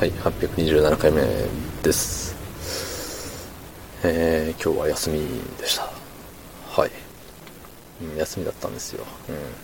はい、827回目です。今日は休みでした。はい、休みだったんですよ。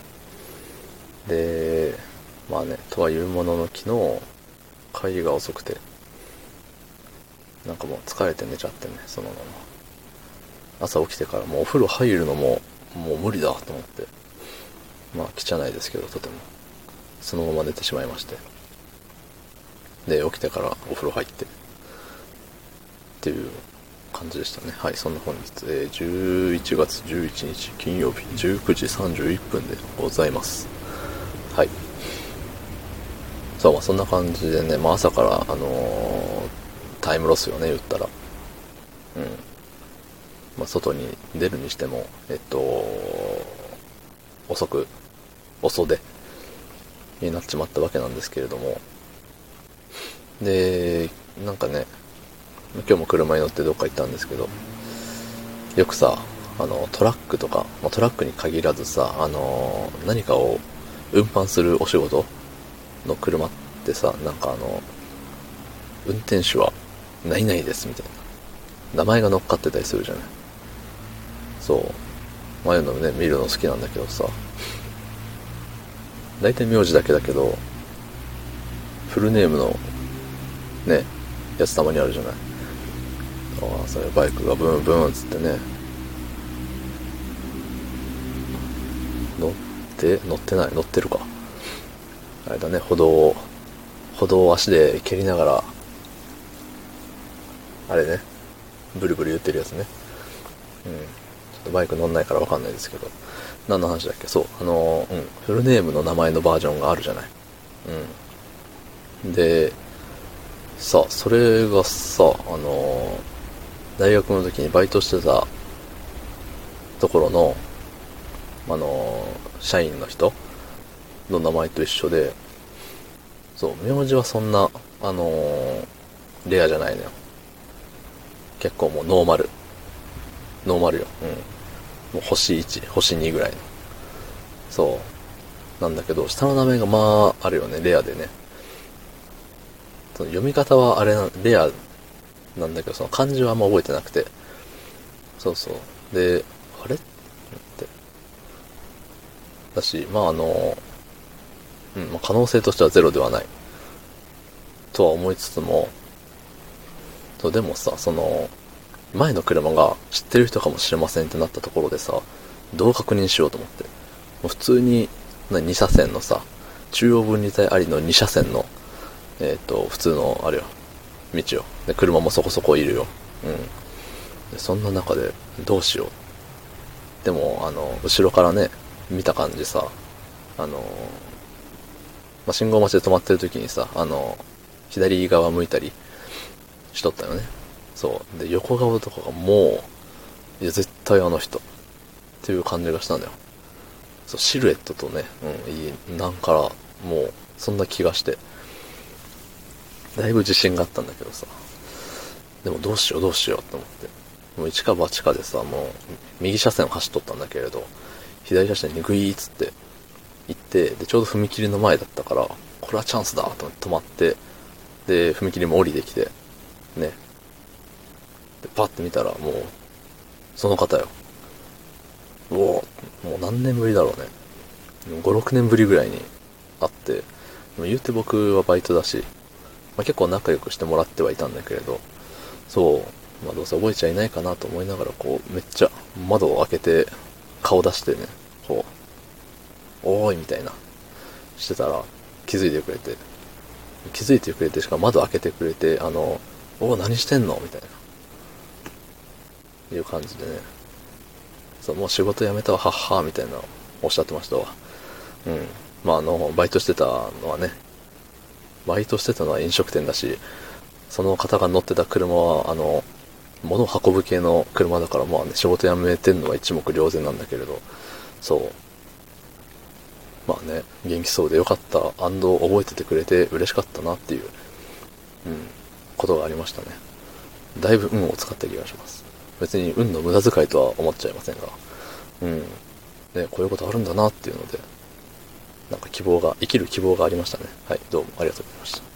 で、まあね、とはいうものの昨日、帰りが遅くて、なんかもう疲れて寝ちゃってね、そのまま。朝起きてからもうお風呂入るのも、もう無理だと思って、まあ汚いですけど、とても。そのまま寝てしまいまして。で、起きてからお風呂入って、っていう感じでしたね。はい、そんな本日、11月11日金曜日19時31分でございます。はい。そう、まあそんな感じでね、まあ朝から、タイムロスよね、言ったら。まあ外に出るにしても、遅出になっちまったわけなんですけれども。で、なんかね、今日も車に乗ってどっか行ったんですけど、よくさ、トラックとか、まあ、トラックに限らずさ、何かを運搬するお仕事の車ってさ、なんか運転手は何々ですみたいな。名前が乗っかってたりするじゃない。そう。ああいうのね、見るの好きなんだけどさ、大体名字だけだけど、フルネームのね、やつたまにあるじゃない。ああ、それバイクがブーンブーンつってね、乗ってない、乗ってるか。あれだね、歩道を足で蹴りながら、あれね、ブルブル言ってるやつね。ちょっとバイク乗んないからわかんないですけど。何の話だっけ。そう、フルネームの名前のバージョンがあるじゃない。で、さ、それがさ、大学の時にバイトしてたところの、社員の人の名前と一緒で、そう、名字はそんな、レアじゃないのよ。結構もうノーマル。ノーマルよ。もう星1、星2ぐらいの。そう。なんだけど、下の名前がまあ、あるよね、レアでね。その読み方はあれな、レアなんだけど、その漢字はあんま覚えてなくて。そうそう。で、あれって。だし、まあまあ、可能性としてはゼロではない。とは思いつつも、そう、でもさ、前の車が知ってる人かもしれませんってなったところでさ、どう確認しようと思って。もう普通に、2車線のさ、中央分離帯ありの2車線の、普通の、あれよ、道よ。で、車もそこそこいるよ。で、そんな中で、どうしよう。でも、後ろからね、見た感じさ、まあ、信号待ちで止まってる時にさ、左側向いたりしとったよね。そう。で、横顔とかがもう、いや、絶対あの人。っていう感じがしたんだよ。そう、シルエットとね、なんから、もう、そんな気がして、だいぶ自信があったんだけどさ。でもどうしようって思って。もう一か八かでさ、もう、右車線を走っとったんだけれど、左車線にグイーっつって行って、で、ちょうど踏切の前だったから、これはチャンスだと思って止まって、で、踏切も降りてきて、ね。で、パッて見たら、もう、その方よ。うおもう何年ぶりだろうね。5、6年ぶりぐらいに会って、でも言うて僕はバイトだし、まあ、結構仲良くしてもらってはいたんだけれど、そう、まあどうせ覚えちゃいないかなと思いながら、こう、めっちゃ窓を開けて、顔出してね、こう、おーいみたいな、してたら、気づいてくれて、しかも窓開けてくれて、おー何してんのみたいな、いう感じでね、そう、もう仕事辞めたわ、はっはーみたいな、おっしゃってましたわ。まあバイトしてたのはね、バイトしてたのは飲食店だし、その方が乗ってた車は、物を運ぶ系の車だから、まあね、仕事辞めてんのは一目瞭然なんだけれど、そう。まあね、元気そうでよかった、覚えててくれて嬉しかったなっていう、ことがありましたね。だいぶ運を使った気がします。別に運の無駄遣いとは思っちゃいませんが、ね、こういうことあるんだなっていうので、なんか生きる希望がありましたね。はい、どうもありがとうございました。